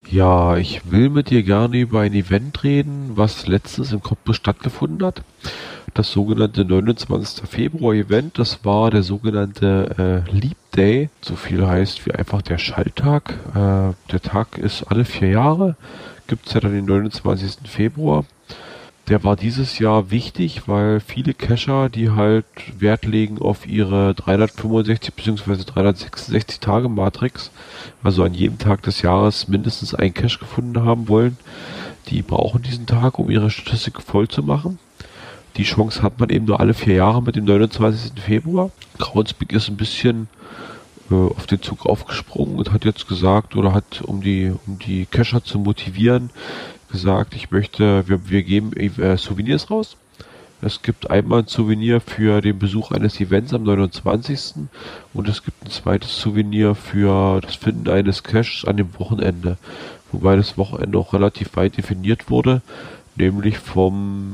Ja, ich will mit dir gerne über ein Event reden, was letztens in Cottbus stattgefunden hat. Das sogenannte 29. Februar-Event, das war der sogenannte Leap Day. So viel heißt wie einfach der Schalltag. Der Tag ist alle 4 Jahre, gibt's ja dann den 29. Februar. Der war dieses Jahr wichtig, weil viele Cacher, die halt Wert legen auf ihre 365 bzw. 366 Tage Matrix, also an jedem Tag des Jahres mindestens einen Cache gefunden haben wollen, die brauchen diesen Tag, um ihre Statistik voll zu machen. Die Chance hat man eben nur alle 4 Jahre mit dem 29. Februar. Groundspeak ist ein bisschen auf den Zug aufgesprungen und hat jetzt gesagt, oder hat, um die Cacher zu motivieren, gesagt, wir geben Souvenirs raus. Es gibt einmal ein Souvenir für den Besuch eines Events am 29. und es gibt ein zweites Souvenir für das Finden eines Caches an dem Wochenende. Wobei das Wochenende auch relativ weit definiert wurde, nämlich vom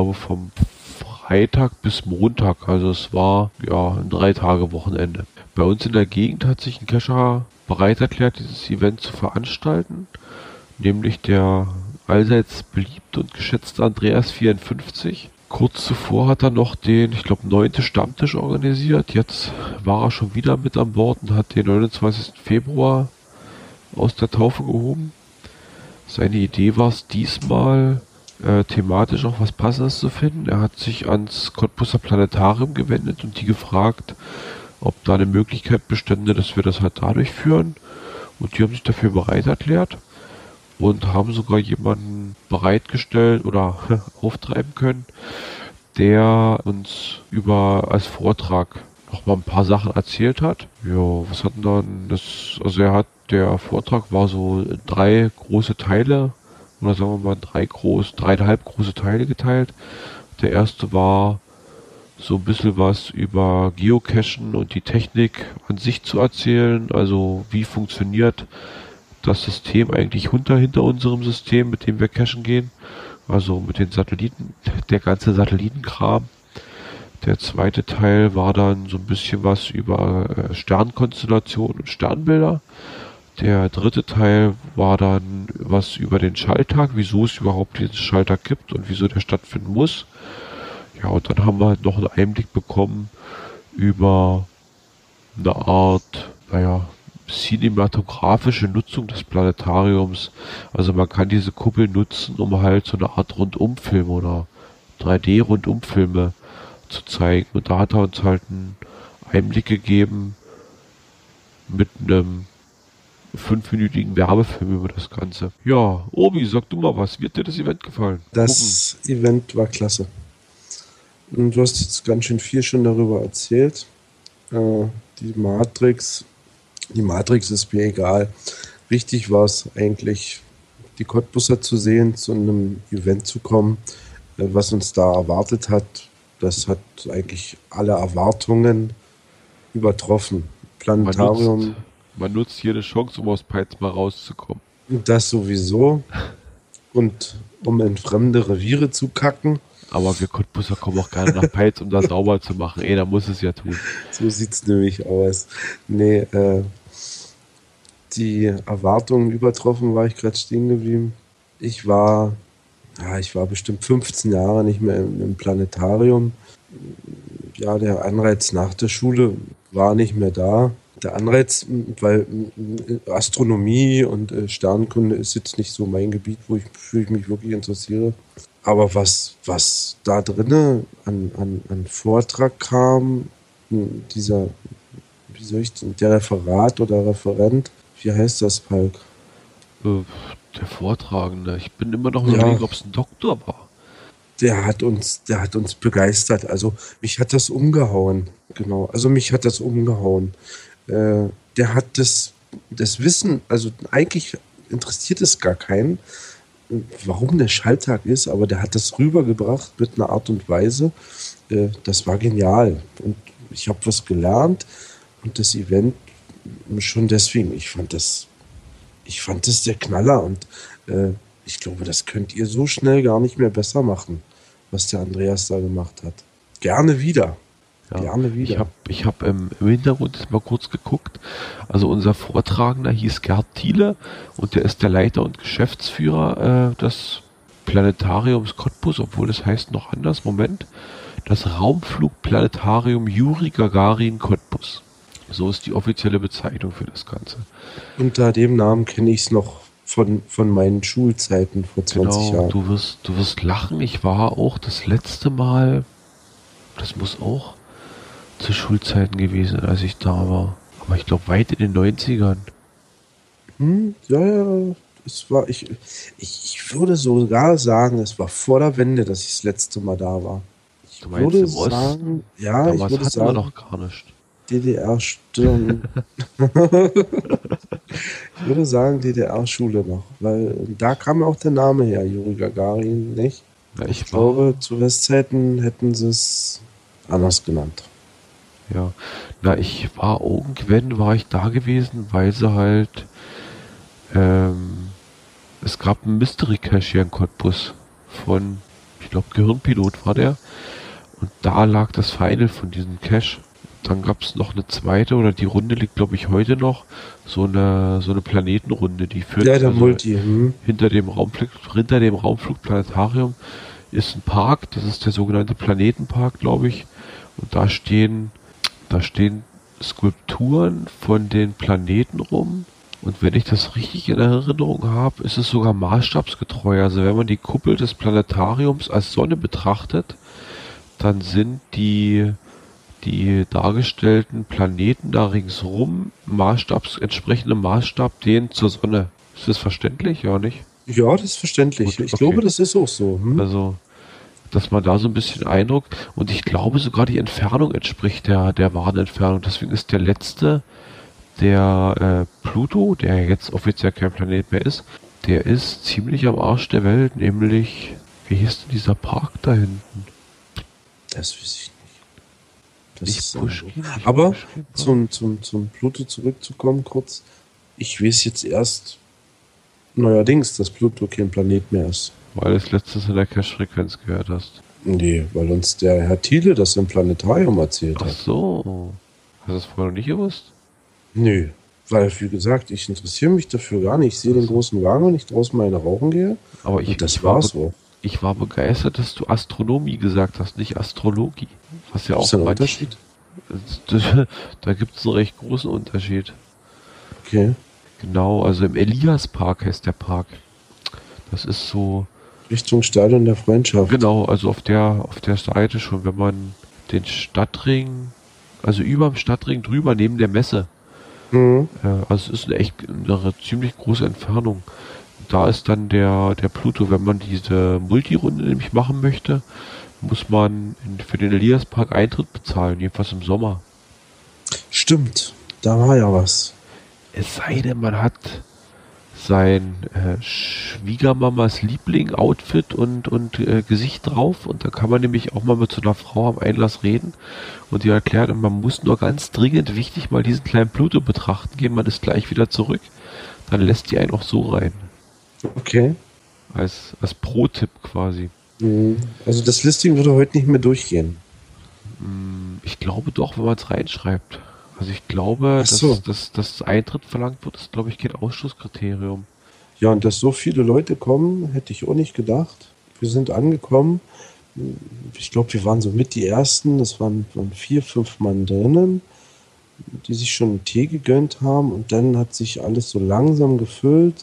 Freitag bis Montag. Also es war ja ein 3 Tage Wochenende. Bei uns in der Gegend hat sich ein Cacher bereit erklärt, dieses Event zu veranstalten, nämlich der allseits beliebt und geschätzte Andreas 54. Kurz zuvor hat er noch den, ich glaube, 9. Stammtisch organisiert. Jetzt war er schon wieder mit an Bord und hat den 29. Februar aus der Taufe gehoben. Seine Idee war es diesmal, thematisch auch was Passendes zu finden. Er hat sich ans Cottbuser Planetarium gewendet und die gefragt, ob da eine Möglichkeit bestände, dass wir das halt dadurch führen. Und die haben sich dafür bereit erklärt und haben sogar jemanden bereitgestellt oder auftreiben können, der uns als Vortrag noch mal ein paar Sachen erzählt hat. Ja, was hatten dann das, also der Vortrag war so 3 große Teile, oder sagen wir mal 3,5 große Teile geteilt. Der erste war so ein bisschen was über Geocachen und die Technik an sich zu erzählen, also wie funktioniert das System eigentlich hinter unserem System, mit dem wir cachen gehen. Also mit den Satelliten, der ganze Satellitenkram. Der zweite Teil war dann so ein bisschen was über Sternkonstellationen und Sternbilder. Der dritte Teil war dann was über den Schalltag, wieso es überhaupt diesen Schalltag gibt und wieso der stattfinden muss. Ja, und dann haben wir halt noch einen Einblick bekommen über eine Art, cinematografische Nutzung des Planetariums. Also man kann diese Kuppel nutzen, um halt so eine Art Rundumfilm oder 3D-Rundumfilme zu zeigen. Und da hat er uns halt einen Einblick gegeben mit einem 5-minütigen Werbefilm über das Ganze. Ja, Obi, sag du mal was. Wie hat dir das Event gefallen? Das Event war klasse. Und du hast jetzt ganz schön viel schon darüber erzählt. Die Matrix ist mir egal. Wichtig war es eigentlich, die Cottbusser zu sehen, zu einem Event zu kommen, was uns da erwartet hat. Das hat eigentlich alle Erwartungen übertroffen. Planetarium. Man nutzt jede Chance, um aus Peitz mal rauszukommen. Das sowieso. Und um in fremde Reviere zu kacken. Aber wir Cottbusser kommen auch gerne nach Peitz, um da sauber zu machen. Da muss es ja tun. So sieht's nämlich aus. Nee, die Erwartungen übertroffen, war ich gerade stehen geblieben. Ich war bestimmt 15 Jahre nicht mehr im Planetarium. Ja, der Anreiz nach der Schule war nicht mehr da. Der Anreiz, weil Astronomie und Sternkunde ist jetzt nicht so mein Gebiet, wofür ich mich wirklich interessiere. Aber was da drinnen an Vortrag kam, der Referat oder Referent, wie heißt das, Falk? Der Vortragende. Ich bin immer noch überlegen, ob es ein Doktor war. Der hat uns begeistert. Also mich hat das umgehauen. Genau. Also mich hat das umgehauen. Der hat das Wissen, also eigentlich interessiert es gar keinen, warum der Schalltag ist, aber der hat das rübergebracht mit einer Art und Weise. Das war genial. Und ich habe was gelernt und das Event schon deswegen. Ich fand das der Knaller und ich glaube, das könnt ihr so schnell gar nicht mehr besser machen, was der Andreas da gemacht hat. Gerne wieder. Ja, Gerne ich wieder. habe ich hab im Hintergrund jetzt mal kurz geguckt. Also unser Vortragender hieß Gerd Thiele und der ist der Leiter und Geschäftsführer des Planetariums Cottbus, obwohl das heißt noch anders. Moment. Das Raumflugplanetarium Juri Gagarin Cottbus. So ist die offizielle Bezeichnung für das Ganze. Unter dem Namen kenne ich es noch von meinen Schulzeiten vor 20 Genau, Jahren. du wirst lachen. Ich war auch das letzte Mal, das muss auch zu Schulzeiten gewesen, als ich da war. Aber ich glaube weit in den Neunzigern. Ja, ja, es war, ich würde sogar sagen, es war vor der Wende, dass ich das letzte Mal da war. Du Ich meinst würde im Osten? sagen, ja, ich Damals würde hatten wir sagen, noch gar nicht. DDR-Stirn. Ich würde sagen DDR-Schule noch, weil da kam ja auch der Name her, Juri Gagarin, nicht? Ja, Ich ich war, glaube, zu Westzeiten hätten sie es anders genannt. ja, na, ich war irgendwann, war ich da gewesen, weil sie halt, ähm, es gab einen Mystery Cache hier in Cottbus von, ich glaube, Gehirnpilot war der. Und da lag das Final von diesem Cache. Dann gab es noch eine zweite, oder die Runde liegt, glaube ich, heute noch, so eine Planetenrunde, die Ja, führt, der also Multi. hinter dem Raumflugplanetarium ist ein Park, das ist der sogenannte Planetenpark, glaube ich. Und da stehen Skulpturen von den Planeten rum. Und wenn ich das richtig in Erinnerung habe, ist es sogar maßstabsgetreu. Also wenn man die Kuppel des Planetariums als Sonne betrachtet, dann sind die dargestellten Planeten da ringsrum entsprechende Maßstab den zur Sonne. Ist das verständlich? Ja, nicht? Ja, das ist verständlich. Gut, Ich okay. glaube, das ist auch so. Also, dass man da so ein bisschen Eindruck, und ich glaube sogar die Entfernung entspricht der wahren Entfernung. Deswegen ist der letzte, der Pluto, der jetzt offiziell kein Planet mehr ist, der ist ziemlich am Arsch der Welt, nämlich, wie hieß denn dieser Park da hinten? Das weiß ich nicht. Das Nicht ist Pushkin, nicht aber Pushkin Park? zum Pluto zurückzukommen, kurz. Ich weiß jetzt erst neuerdings, dass Pluto kein Planet mehr ist. Weil du es letztens in der Cache-Frequenz gehört hast. Nee, weil uns der Herr Thiele das im Planetarium erzählt Ach hat. so. Hast du es vorher noch nicht gewusst? Nö, weil, wie gesagt, ich interessiere mich dafür gar nicht. Ich sehe den großen Wagen, wenn ich draußen mal eine rauchen gehe. Aber Und das war's so. ich war begeistert, dass du Astronomie gesagt hast, nicht Astrologie. Was ja Ist auch da ein manch, Unterschied? da gibt es einen recht großen Unterschied. Okay. Genau, also im Elias-Park heißt der Park. Das ist so, Richtung Stadion der Freundschaft. genau, also auf der Seite schon, wenn man den Stadtring, also über dem Stadtring drüber neben der Messe. Mhm. Also es ist eine ziemlich große Entfernung. Da ist dann der Pluto, wenn man diese Multirunde nämlich machen möchte, muss man für den Elias-Park Eintritt bezahlen, jedenfalls im Sommer. Stimmt, da war ja was. Es sei denn, man hat sein Schwiegermamas Liebling-Outfit und Gesicht drauf, und da kann man nämlich auch mal mit so einer Frau am Einlass reden und die erklärt, man muss nur ganz dringend wichtig mal diesen kleinen Pluto betrachten gehen, man ist gleich wieder zurück. Dann lässt die einen auch so rein. Okay. Als Pro-Tipp quasi. Mhm. Also das Listing würde heute nicht mehr durchgehen. Ich glaube doch, wenn man es reinschreibt. Also ich glaube, Ach so. dass Eintritt verlangt wird, ist, glaube ich, kein Ausschlusskriterium. Ja, und dass so viele Leute kommen, hätte ich auch nicht gedacht. Wir sind angekommen. Ich glaube, wir waren so mit die Ersten. Das waren 4, 5 Mann drinnen, die sich schon einen Tee gegönnt haben. Und dann hat sich alles so langsam gefüllt.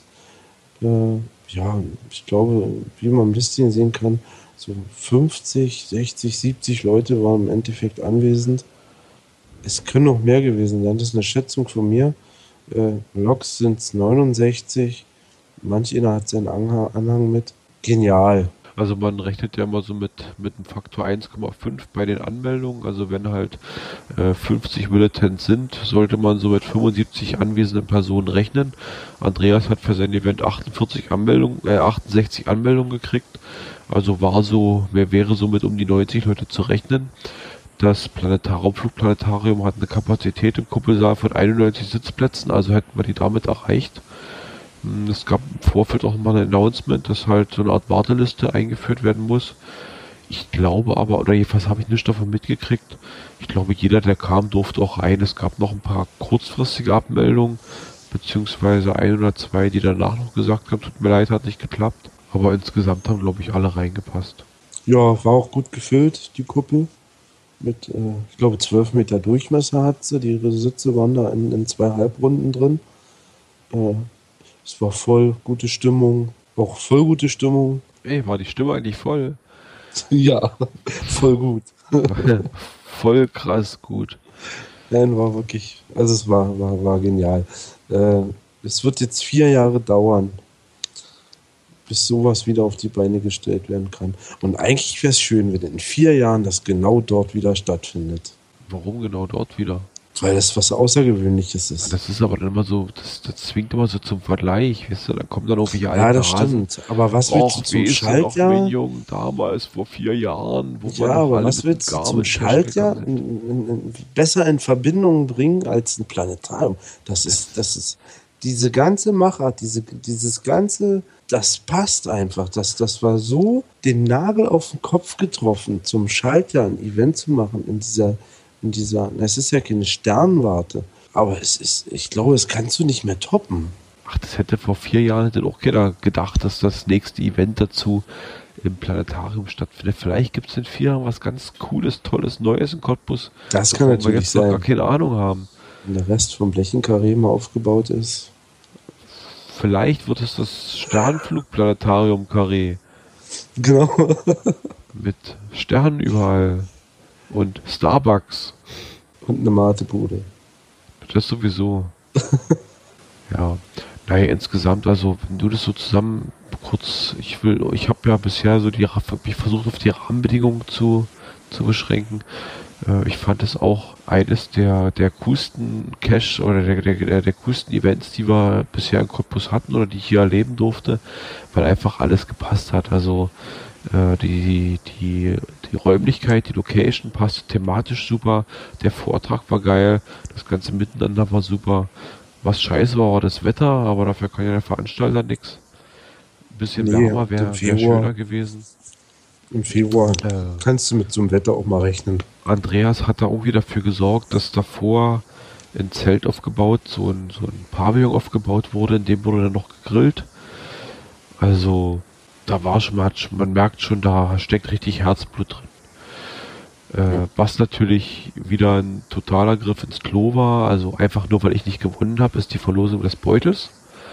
Ja, ich glaube, wie man im Listing sehen kann, so 50, 60, 70 Leute waren im Endeffekt anwesend. Es können noch mehr gewesen sein. Das ist eine Schätzung von mir. Loks sind es 69. Manch einer hat seinen Anhang mit. Genial. Also man rechnet ja immer so mit einem Faktor 1,5 bei den Anmeldungen. Also wenn halt 50 Bulletins sind, sollte man so mit 75 anwesenden Personen rechnen. Andreas hat für sein Event 68 Anmeldungen gekriegt. Also wäre so mit um die 90 Leute zu rechnen. Das Raumflugplanetarium hat eine Kapazität im Kuppelsaal von 91 Sitzplätzen, also hätten wir die damit erreicht. Es gab im Vorfeld auch mal ein Announcement, dass halt so eine Art Warteliste eingeführt werden muss. Ich glaube aber, oder jedenfalls habe ich nichts davon mitgekriegt. Ich glaube, jeder, der kam, durfte auch rein. Es gab noch ein paar kurzfristige Abmeldungen, beziehungsweise ein oder zwei, die danach noch gesagt haben, tut mir leid, hat nicht geklappt. Aber insgesamt haben, glaube ich, alle reingepasst. Ja, war auch gut gefüllt, die Kuppel. Mit, ich glaube, 12 Meter Durchmesser hat sie. Die Sitze waren da in zwei Halbrunden drin. Äh, Es war voll, gute Stimmung. Auch voll gute Stimmung. Ey, war die Stimme eigentlich voll? Ja, voll gut. Voll krass gut. Nein, war wirklich, also es war genial. Äh, Es wird jetzt 4 Jahre dauern, bis sowas wieder auf die Beine gestellt werden kann. Und eigentlich wäre es schön, wenn in 4 Jahren das genau dort wieder stattfindet. Warum genau dort wieder? Weil das was Außergewöhnliches ist. Das ist aber dann immer so, das zwingt immer so zum Vergleich, weißt du, dann kommen dann irgendwelche Ja, alten das Hasen. stimmt. Aber was willst du Och, zum weißt du noch, Schaltjahr? mein Jung, damals vor 4 Jahren, wo wir Ja, noch aber alle was mit dem willst du zum Garmin Cash Schaltjahr gegangen sind. besser in Verbindung bringen als ein Planetarium? Das ist diese ganze Machart, dieses ganze, das passt einfach. Das war so den Nagel auf den Kopf getroffen, zum Schaltjahr ein Event zu machen es ist ja keine Sternwarte, aber ich glaube, es kannst du nicht mehr toppen. Ach, das hätte vor 4 Jahren hätte auch keiner gedacht, dass das nächste Event dazu im Planetarium stattfindet. Vielleicht gibt es in 4 Jahren was ganz Cooles, Tolles, Neues in Cottbus, Das kann wovon wir natürlich jetzt noch gar sein, keine Ahnung haben. wenn der Rest vom Blechenkarree mal aufgebaut ist. Vielleicht wird es das Sternflugplanetarium Carré Genau. mit Sternen überall und Starbucks. Und eine Matebude. Das sowieso. Ja. Naja, insgesamt, also wenn du das so zusammen kurz, ich habe ja bisher so ich versucht auf die Rahmenbedingungen zu beschränken. Ich fand es auch eines der coolsten Cash oder der coolsten Events, die wir bisher in Cottbus hatten oder die ich hier erleben durfte, weil einfach alles gepasst hat. Also die Räumlichkeit, die Location passte thematisch super, der Vortrag war geil, das ganze Miteinander war super. Was scheiße war das Wetter, aber dafür kann ja der Veranstalter nichts. Ein bisschen Nee, wärmer und wäre schöner gewesen. im Februar Äh, kannst du mit so einem Wetter auch mal rechnen. Andreas hat da irgendwie dafür gesorgt, dass davor ein Zelt aufgebaut, so ein Pavillon aufgebaut wurde, in dem wurde dann noch gegrillt. Also da war schon, man merkt schon, da steckt richtig Herzblut drin. Was natürlich wieder ein totaler Griff ins Klo war, also einfach nur, weil ich nicht gewonnen habe, ist die Verlosung des Beutels.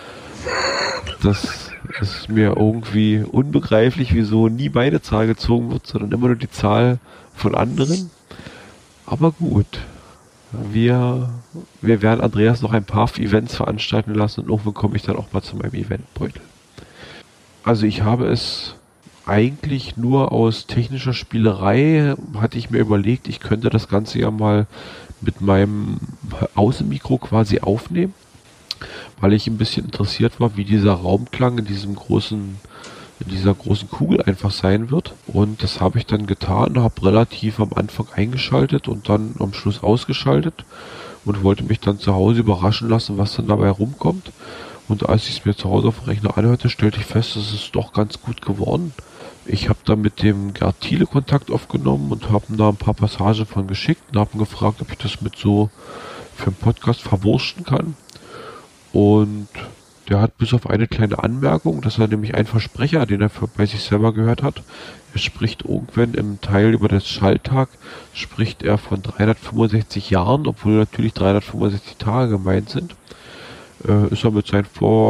Das ist mir irgendwie unbegreiflich, wieso nie meine Zahl gezogen wird, sondern immer nur die Zahl von anderen. Aber gut, wir werden Andreas noch ein paar Events veranstalten lassen und irgendwann komme ich dann auch mal zu meinem Eventbeutel. Also ich habe es eigentlich nur aus technischer Spielerei, hatte ich mir überlegt, ich könnte das Ganze ja mal mit meinem Außenmikro quasi aufnehmen, weil ich ein bisschen interessiert war, wie dieser Raumklang in dieser großen Kugel einfach sein wird. Und das habe ich dann getan, habe relativ am Anfang eingeschaltet und dann am Schluss ausgeschaltet und wollte mich dann zu Hause überraschen lassen, was dann dabei rumkommt. Und als ich es mir zu Hause auf dem Rechner anhörte, stellte ich fest, es ist doch ganz gut geworden. Ich habe da mit dem Gerd Thiele Kontakt aufgenommen und habe ihm da ein paar Passagen von geschickt und habe ihn gefragt, ob ich das mit so für einen Podcast verwursten kann. Und der hat bis auf eine kleine Anmerkung, dass er nämlich einen Versprecher, den er bei sich selber gehört hat, er spricht irgendwann im Teil über das Schalltag, spricht er von 365 Jahren, obwohl natürlich 365 Tage gemeint sind. Ist er mit seiner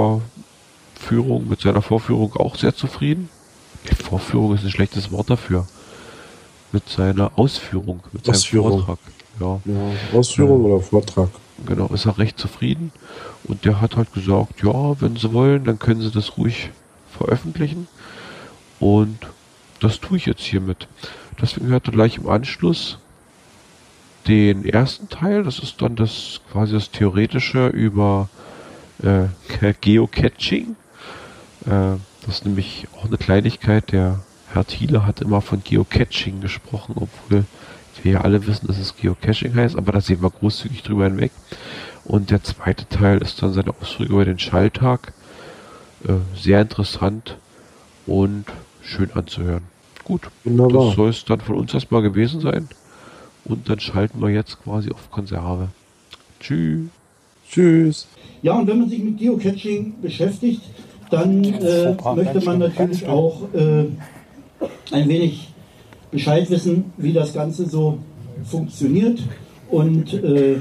Vorführung auch sehr zufrieden. Vorführung ist ein schlechtes Wort dafür. Mit seiner Ausführung, mit seinem Vortrag. Ja. Ja, Ausführung oder Vortrag. Genau, ist er recht zufrieden. Und der hat halt gesagt, ja, wenn sie wollen, dann können sie das ruhig veröffentlichen. Und das tue ich jetzt hiermit. Deswegen hört er gleich im Anschluss den ersten Teil. Das ist dann quasi das Theoretische über Geocaching. Das ist nämlich auch eine Kleinigkeit. Der Herr Thiele hat immer von Geocaching gesprochen, obwohl wir ja alle wissen, dass es Geocaching heißt, aber da sehen wir großzügig drüber hinweg. Und der zweite Teil ist dann seine Ausführung über den Schalltag. Sehr interessant und schön anzuhören. Gut, Wunderbar. das soll es dann von uns erstmal gewesen sein. Und dann schalten wir jetzt quasi auf Konserve. Tschüss. Tschüss. Ja, und wenn man sich mit Geocaching beschäftigt, dann möchte man natürlich auch ein wenig Bescheid wissen, wie das Ganze so funktioniert und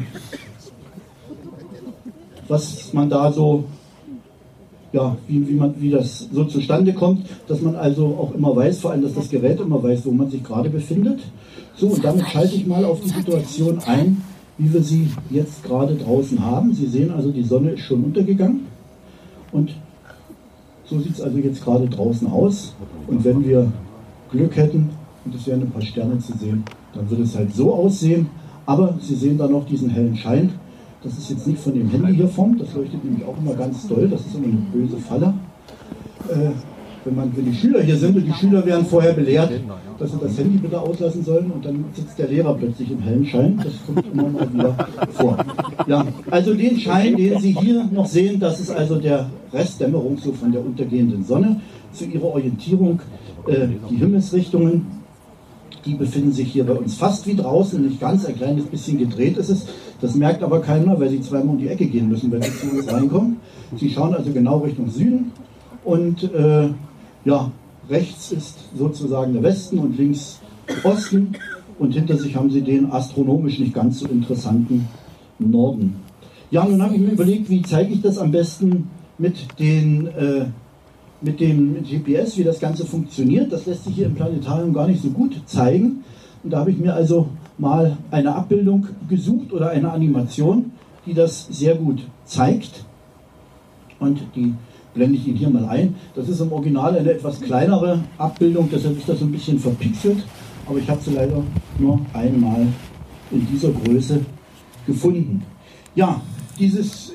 was man da so, ja, wie das so zustande kommt, dass man also auch immer weiß, vor allem, dass das Gerät immer weiß, wo man sich gerade befindet. So, und damit schalte ich mal auf die Situation ein, wie wir sie jetzt gerade draußen haben. Sie sehen also, die Sonne ist schon untergegangen und so sieht es also jetzt gerade draußen aus. Und wenn wir Glück hätten und es wären ein paar Sterne zu sehen, dann würde es halt so aussehen. Aber Sie sehen da noch diesen hellen Schein. Das ist jetzt nicht von dem Handy hier vom, das leuchtet nämlich auch immer ganz doll, das ist immer eine böse Falle. Wenn die Schüler hier sind und die Schüler werden vorher belehrt, dass sie das Handy bitte auslassen sollen und dann sitzt der Lehrer plötzlich im hellen Schein, das kommt immer mal wieder vor. Ja, also den Schein, den Sie hier noch sehen, das ist also der Restdämmerung so von der untergehenden Sonne. Zu Ihrer Orientierung die Himmelsrichtungen. Die befinden sich hier bei uns fast wie draußen, nicht ganz, ein kleines bisschen gedreht ist es. Das merkt aber keiner, weil sie zweimal um die Ecke gehen müssen, wenn sie zu uns reinkommen. Sie schauen also genau Richtung Süden und ja, rechts ist sozusagen der Westen und links Osten und hinter sich haben sie den astronomisch nicht ganz so interessanten Norden. Ja, nun habe ich mir überlegt, wie zeige ich das am besten mit dem GPS, wie das Ganze funktioniert. Das lässt sich hier im Planetarium gar nicht so gut zeigen. Und da habe ich mir also mal eine Abbildung gesucht oder eine Animation, die das sehr gut zeigt. Und die blende ich Ihnen hier mal ein. Das ist im Original eine etwas kleinere Abbildung, deshalb ist das so ein bisschen verpixelt. Aber ich habe sie leider nur einmal in dieser Größe gefunden. Ja, dieses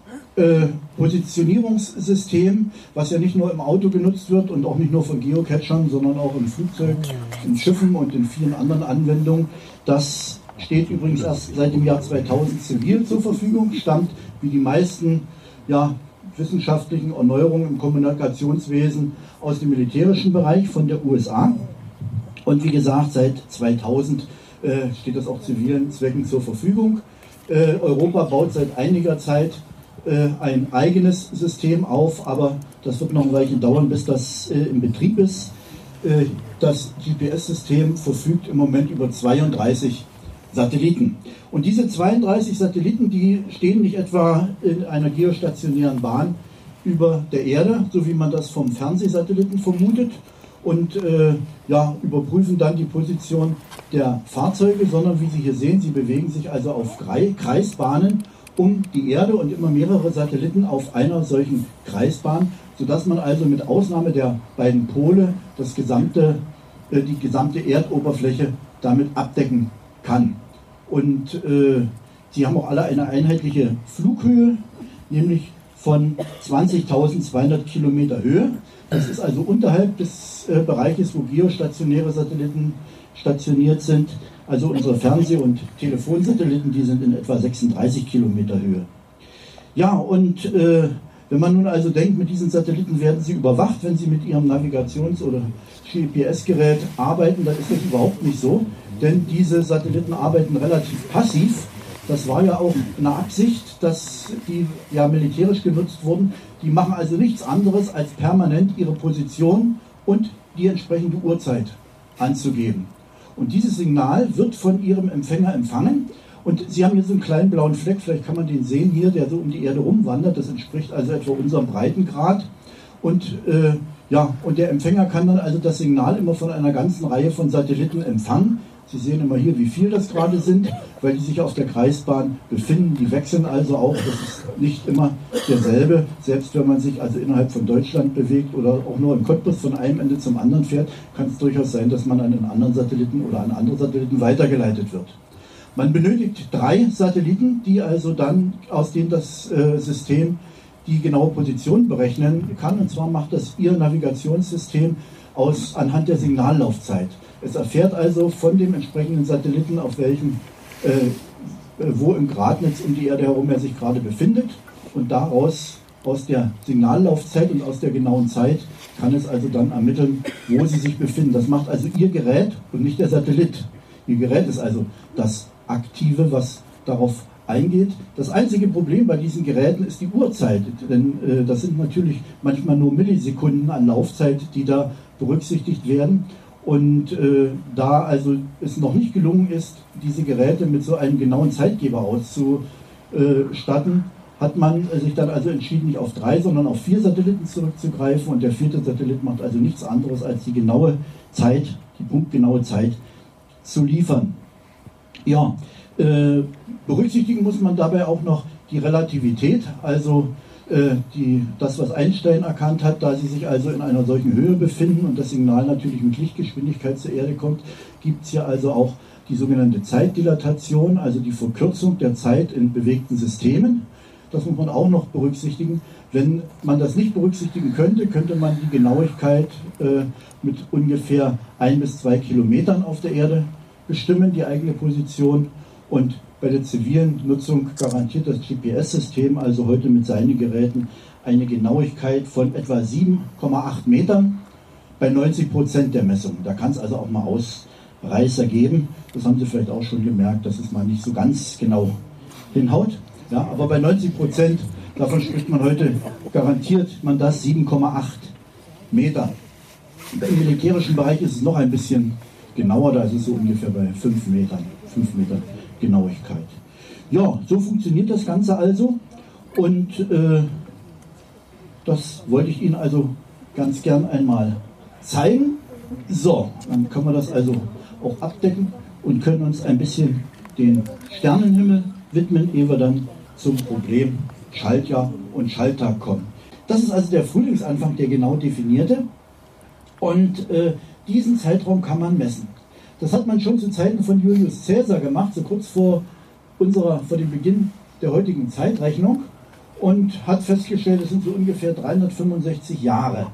Positionierungssystem, was ja nicht nur im Auto genutzt wird und auch nicht nur von Geocachern, sondern auch im Flugzeug, in Schiffen und in vielen anderen Anwendungen. Das steht übrigens erst seit dem Jahr 2000 zivil zur Verfügung, stammt wie die meisten wissenschaftlichen Erneuerungen im Kommunikationswesen aus dem militärischen Bereich von der USA. Und wie gesagt, seit 2000 steht das auch zivilen Zwecken zur Verfügung. Europa baut seit einiger Zeit ein eigenes System auf, aber das wird noch ein Weilchen dauern, bis das in Betrieb ist. Das GPS-System verfügt im Moment über 32 Satelliten. Und diese 32 Satelliten, die stehen nicht etwa in einer geostationären Bahn über der Erde, so wie man das vom Fernsehsatelliten vermutet, und überprüfen dann die Position der Fahrzeuge, sondern wie Sie hier sehen, sie bewegen sich also auf Kreisbahnen um die Erde und immer mehrere Satelliten auf einer solchen Kreisbahn, sodass man also mit Ausnahme der beiden Pole die gesamte Erdoberfläche damit abdecken kann. Und sie haben auch alle eine einheitliche Flughöhe, nämlich von 20.200 Kilometer Höhe. Das ist also unterhalb des Bereiches, wo geostationäre Satelliten stationiert sind. Also unsere Fernseh- und Telefonsatelliten, die sind in etwa 36 Kilometer Höhe. Ja, und wenn man nun also denkt, mit diesen Satelliten werden sie überwacht, wenn sie mit ihrem Navigations- oder GPS-Gerät arbeiten, dann ist das überhaupt nicht so, denn diese Satelliten arbeiten relativ passiv. Das war ja auch eine Absicht, dass die ja militärisch genutzt wurden. Die machen also nichts anderes, als permanent ihre Position und die entsprechende Uhrzeit anzugeben. Und dieses Signal wird von Ihrem Empfänger empfangen. Und Sie haben hier so einen kleinen blauen Fleck, vielleicht kann man den sehen hier, der so um die Erde rumwandert. Das entspricht also etwa unserem Breitengrad. Und der Empfänger kann dann also das Signal immer von einer ganzen Reihe von Satelliten empfangen. Sie sehen immer hier, wie viel das gerade sind, weil die sich auf der Kreisbahn befinden. Die wechseln also auch. Das ist nicht immer derselbe. Selbst wenn man sich also innerhalb von Deutschland bewegt oder auch nur im Cottbus von einem Ende zum anderen fährt, kann es durchaus sein, dass man an einen anderen Satelliten oder an andere Satelliten weitergeleitet wird. Man benötigt 3 Satelliten, die also dann, aus denen das System die genaue Position berechnen kann. Und zwar macht das Ihr Navigationssystem anhand der Signallaufzeit. Es erfährt also von dem entsprechenden Satelliten, auf welchem, wo im Gradnetz um die Erde herum er sich gerade befindet. Und daraus aus der Signallaufzeit und aus der genauen Zeit kann es also dann ermitteln, wo sie sich befinden. Das macht also Ihr Gerät und nicht der Satellit. Ihr Gerät ist also das Aktive, was darauf eingeht. Das einzige Problem bei diesen Geräten ist die Uhrzeit, denn das sind natürlich manchmal nur Millisekunden an Laufzeit, die da berücksichtigt werden. Und da also es noch nicht gelungen ist, diese Geräte mit so einem genauen Zeitgeber auszustatten, hat man sich dann also entschieden, nicht auf 3, sondern auf 4 Satelliten zurückzugreifen. Und der 4. Satellit macht also nichts anderes, als die genaue Zeit, die punktgenaue Zeit zu liefern. Ja, berücksichtigen muss man dabei auch noch die Relativität, also das, was Einstein erkannt hat, da sie sich also in einer solchen Höhe befinden und das Signal natürlich mit Lichtgeschwindigkeit zur Erde kommt, gibt es ja also auch die sogenannte Zeitdilatation, also die Verkürzung der Zeit in bewegten Systemen. Das muss man auch noch berücksichtigen. Wenn man das nicht berücksichtigen könnte, könnte man die Genauigkeit mit ungefähr 1 bis 2 Kilometern auf der Erde bestimmen, die eigene Position. Und bei der zivilen Nutzung garantiert das GPS-System also heute mit seinen Geräten eine Genauigkeit von etwa 7,8 Metern bei 90% der Messungen. Da kann es also auch mal Ausreißer geben. Das haben Sie vielleicht auch schon gemerkt, dass es mal nicht so ganz genau hinhaut. Ja, aber bei 90%, davon spricht man heute, garantiert man das 7,8 Meter. Im militärischen Bereich ist es noch ein bisschen genauer, da ist es so ungefähr bei 5 Metern, 5 Meter Genauigkeit. Ja, so funktioniert das Ganze also und das wollte ich Ihnen also ganz gern einmal zeigen. So, dann können wir das also auch abdecken und können uns ein bisschen den Sternenhimmel widmen, ehe wir dann zum Problem Schaltjahr und Schalttag kommen. Das ist also der Frühlingsanfang, der genau definierte, und diesen Zeitraum kann man messen. Das hat man schon zu Zeiten von Julius Caesar gemacht, so kurz vor dem Beginn der heutigen Zeitrechnung, und hat festgestellt, es sind so ungefähr 365 Jahre.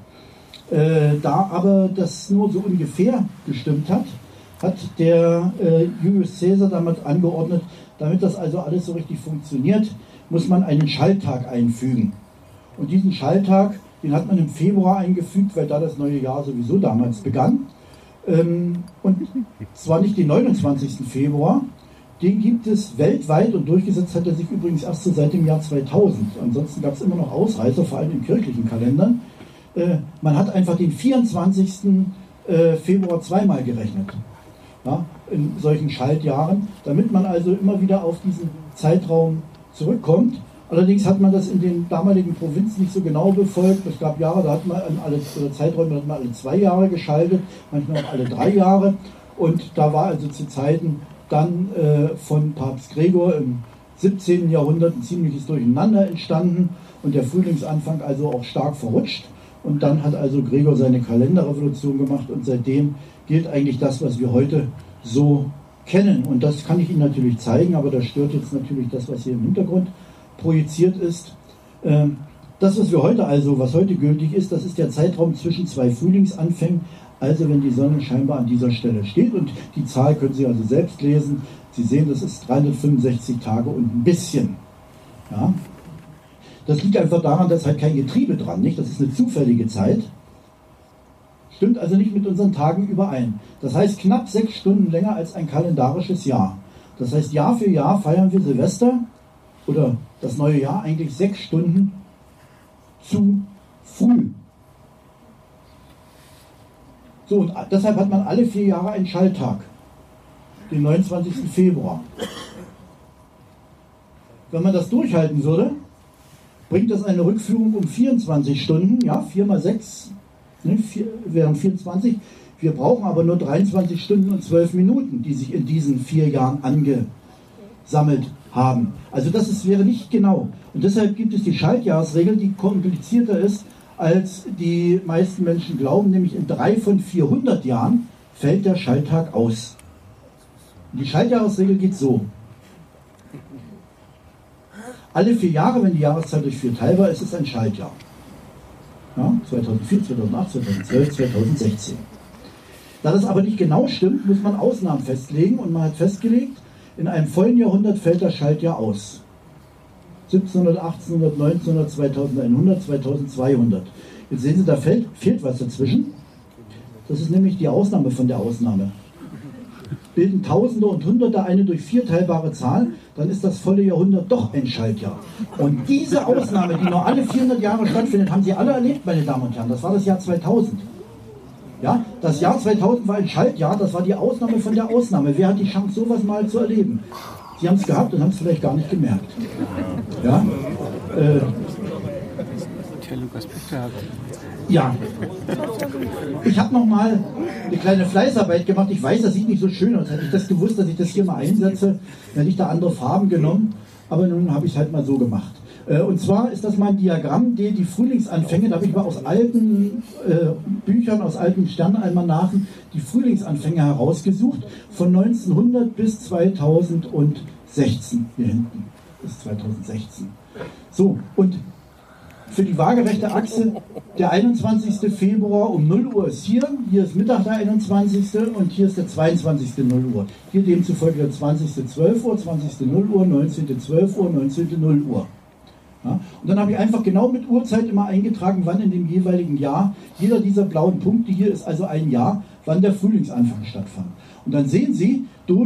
Da aber das nur so ungefähr gestimmt hat, hat der Julius Caesar damals angeordnet, damit das also alles so richtig funktioniert, muss man einen Schalttag einfügen. Und diesen Schalttag, den hat man im Februar eingefügt, weil da das neue Jahr sowieso damals begann. Und zwar nicht den 29. Februar, den gibt es weltweit, und durchgesetzt hat er sich übrigens erst so seit dem Jahr 2000. Ansonsten gab es immer noch Ausreißer, vor allem in kirchlichen Kalendern. Man hat einfach den 24. Februar zweimal gerechnet, ja, in solchen Schaltjahren, damit man also immer wieder auf diesen Zeitraum zurückkommt. Allerdings hat man das in den damaligen Provinzen nicht so genau befolgt. Es gab Jahre, da hat man Zeiträume hat man alle 2 Jahre geschaltet, manchmal auch alle 3 Jahre. Und da war also zu Zeiten dann von Papst Gregor im 17. Jahrhundert ein ziemliches Durcheinander entstanden und der Frühlingsanfang also auch stark verrutscht. Und dann hat also Gregor seine Kalenderrevolution gemacht und seitdem gilt eigentlich das, was wir heute so kennen. Und das kann ich Ihnen natürlich zeigen, aber das stört jetzt natürlich das, was hier im Hintergrund projiziert ist. Das, was heute gültig ist, das ist der Zeitraum zwischen 2 Frühlingsanfängen, also wenn die Sonne scheinbar an dieser Stelle steht. Und die Zahl können Sie also selbst lesen. Sie sehen, das ist 365 Tage und ein bisschen. Ja? Das liegt einfach daran, dass halt kein Getriebe dran, nicht? Das ist eine zufällige Zeit. Stimmt also nicht mit unseren Tagen überein. Das heißt knapp 6 Stunden länger als ein kalendarisches Jahr. Das heißt, Jahr für Jahr feiern wir Silvester oder das neue Jahr eigentlich 6 Stunden zu früh. So, und deshalb hat man alle 4 Jahre einen Schalttag, den 29. Februar. Wenn man das durchhalten würde, bringt das eine Rückführung um 24 Stunden, ja, 4 mal 6, ne, wären 24. Wir brauchen aber nur 23 Stunden und 12 Minuten, die sich in diesen 4 Jahren angesammelt haben. Also das wäre nicht genau. Und deshalb gibt es die Schaltjahresregel, die komplizierter ist, als die meisten Menschen glauben, nämlich in 3 von 400 Jahren fällt der Schalttag aus. Und die Schaltjahresregel geht so. Alle 4 Jahre, wenn die Jahreszeit durch 4 teilbar ist, ist ein Schaltjahr. Ja, 2004, 2008, 2012, 2016. Da das aber nicht genau stimmt, muss man Ausnahmen festlegen und man hat festgelegt, in einem vollen Jahrhundert fällt das Schaltjahr aus. 1700, 1800, 1900, 2100, 2200. Jetzt sehen Sie, da fehlt was dazwischen. Das ist nämlich die Ausnahme von der Ausnahme. Bilden Tausende und Hunderte eine durch 4 teilbare Zahl, dann ist das volle Jahrhundert doch ein Schaltjahr. Und diese Ausnahme, die nur alle 400 Jahre stattfindet, haben Sie alle erlebt, meine Damen und Herren. Das war das Jahr 2000. Ja, das Jahr 2000 war ein Schaltjahr, das war die Ausnahme von der Ausnahme. Wer hat die Chance, sowas mal zu erleben? Sie haben es gehabt und haben es vielleicht gar nicht gemerkt. Ja, ja. Ich habe noch mal eine kleine Fleißarbeit gemacht. Ich weiß, das sieht nicht so schön aus. Hätte ich das gewusst, dass ich das hier mal einsetze, dann hätte ich da andere Farben genommen. Aber nun habe ich es halt mal so gemacht. Und zwar ist das mal ein Diagramm, die Frühlingsanfänge, da habe ich mal aus alten Büchern, aus alten Sternalmanachen die Frühlingsanfänge herausgesucht, von 1900 bis 2016, hier hinten, bis 2016. So, und für die waagerechte Achse, der 21. Februar um 0 Uhr ist hier ist Mittag der 21. und hier ist der 22. 0 Uhr. Hier demzufolge der 20. 12 Uhr, 20. 0 Uhr, 19. 12 Uhr, 19. 0 Uhr. Ja, und dann habe ich einfach genau mit Uhrzeit immer eingetragen, wann in dem jeweiligen Jahr, jeder dieser blauen Punkte hier ist also ein Jahr, wann der Frühlingsanfang stattfand. Und dann sehen Sie,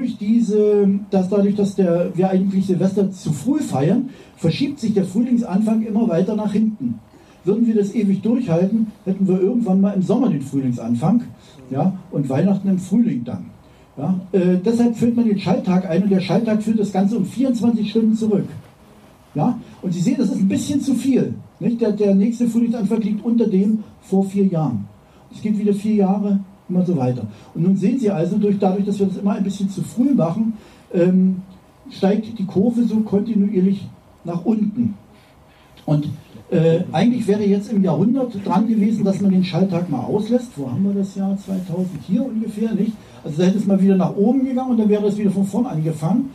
dadurch, dass wir eigentlich Silvester zu früh feiern, verschiebt sich der Frühlingsanfang immer weiter nach hinten. Würden wir das ewig durchhalten, hätten wir irgendwann mal im Sommer den Frühlingsanfang, ja, und Weihnachten im Frühling dann. Ja, deshalb führt man den Schalttag ein und der Schalttag führt das Ganze um 24 Stunden zurück. Ja? Und Sie sehen, das ist ein bisschen zu viel. Nicht? Der nächste Frühlingsanfang liegt unter dem vor 4 Jahren. Es geht wieder 4 Jahre, immer so weiter. Und nun sehen Sie also, dadurch, dass wir das immer ein bisschen zu früh machen, steigt die Kurve so kontinuierlich nach unten. Und eigentlich wäre jetzt im Jahrhundert dran gewesen, dass man den Schalttag mal auslässt. Wo haben wir das Jahr 2000? Hier ungefähr, nicht? Also da hätte es mal wieder nach oben gegangen und dann wäre das wieder von vorn angefangen.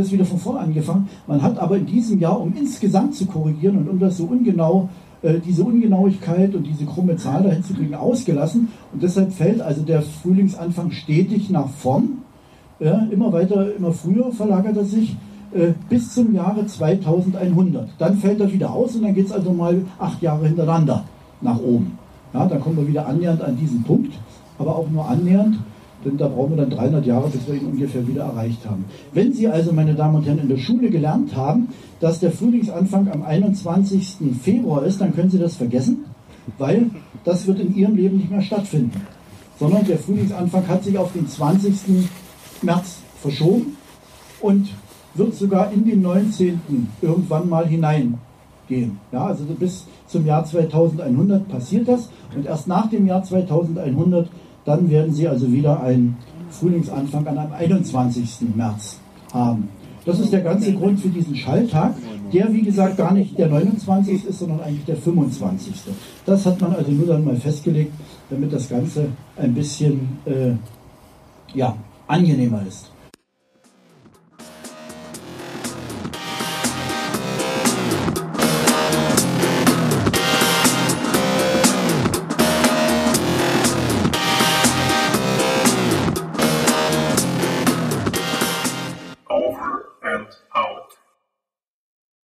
Man hat aber in diesem Jahr, um insgesamt zu korrigieren und um das so ungenau, diese Ungenauigkeit und diese krumme Zahl dahin zu kriegen, ausgelassen. Und deshalb fällt also der Frühlingsanfang stetig nach vorn. Ja, immer weiter, immer früher verlagert er sich. Bis zum Jahre 2100. Dann fällt er wieder aus und dann geht es also mal 8 Jahre hintereinander nach oben. Ja, dann kommen wir wieder annähernd an diesen Punkt, aber auch nur annähernd, denn da brauchen wir dann 300 Jahre, bis wir ihn ungefähr wieder erreicht haben. Wenn Sie also, meine Damen und Herren, in der Schule gelernt haben, dass der Frühlingsanfang am 21. Februar ist, dann können Sie das vergessen, weil das wird in Ihrem Leben nicht mehr stattfinden. Sondern der Frühlingsanfang hat sich auf den 20. März verschoben und wird sogar in den 19. irgendwann mal hineingehen. Ja, also bis zum Jahr 2100 passiert das und erst nach dem Jahr 2100, dann werden Sie also wieder einen Frühlingsanfang an einem 21. März haben. Das ist der ganze Grund für diesen Schalttag, der wie gesagt gar nicht der 29. ist, sondern eigentlich der 25. Das hat man also nur dann mal festgelegt, damit das Ganze ein bisschen angenehmer ist.